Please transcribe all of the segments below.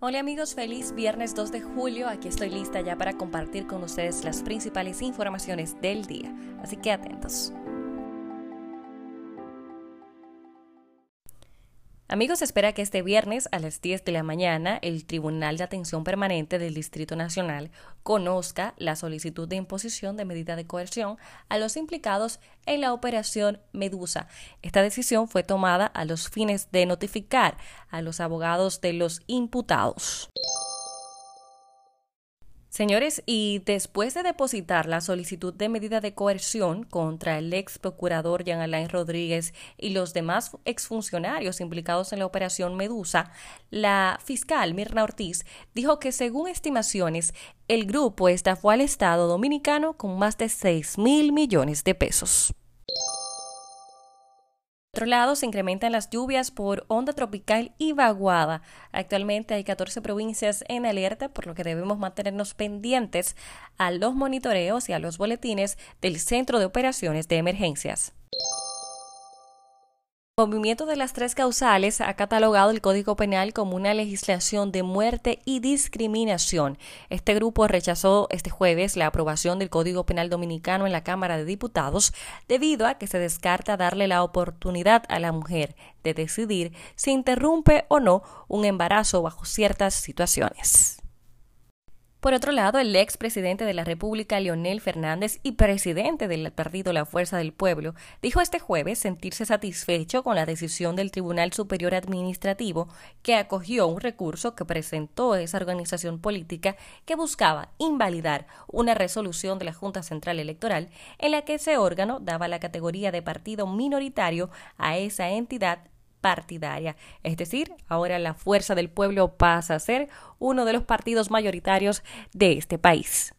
Hola amigos, feliz viernes 2 de julio. Aquí estoy lista ya para compartir con ustedes las principales informaciones del día. Así que atentos. Amigos, se espera que este viernes a las 10 de la mañana el Tribunal de Atención Permanente del Distrito Nacional conozca la solicitud de imposición de medida de coerción a los implicados en la operación Medusa. Esta decisión fue tomada a los fines de notificar a los abogados de los imputados. Señores, y después de depositar la solicitud de medida de coerción contra el ex procurador Jean Alain Rodríguez y los demás exfuncionarios implicados en la operación Medusa, la fiscal Mirna Ortiz dijo que según estimaciones, el grupo estafó al Estado dominicano con más de 6.000 millones de pesos. Por otro lado, se incrementan las lluvias por onda tropical y vaguada. Actualmente hay 14 provincias en alerta, por lo que debemos mantenernos pendientes a los monitoreos y a los boletines del Centro de Operaciones de Emergencias. El movimiento de las tres causales ha catalogado el Código Penal como una legislación de muerte y discriminación. Este grupo rechazó este jueves la aprobación del Código Penal dominicano en la Cámara de Diputados debido a que se descarta darle la oportunidad a la mujer de decidir si interrumpe o no un embarazo bajo ciertas situaciones. Por otro lado, el expresidente de la República, Leonel Fernández, y presidente del partido La Fuerza del Pueblo, dijo este jueves sentirse satisfecho con la decisión del Tribunal Superior Administrativo que acogió un recurso que presentó esa organización política que buscaba invalidar una resolución de la Junta Central Electoral en la que ese órgano daba la categoría de partido minoritario a esa entidad partidaria. Es decir, ahora la Fuerza del Pueblo pasa a ser uno de los partidos mayoritarios de este país.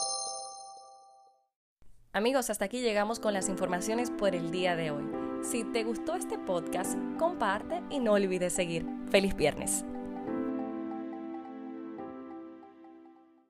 Amigos, hasta aquí llegamos con las informaciones por el día de hoy. Si te gustó este podcast, comparte y no olvides seguir. ¡Feliz viernes!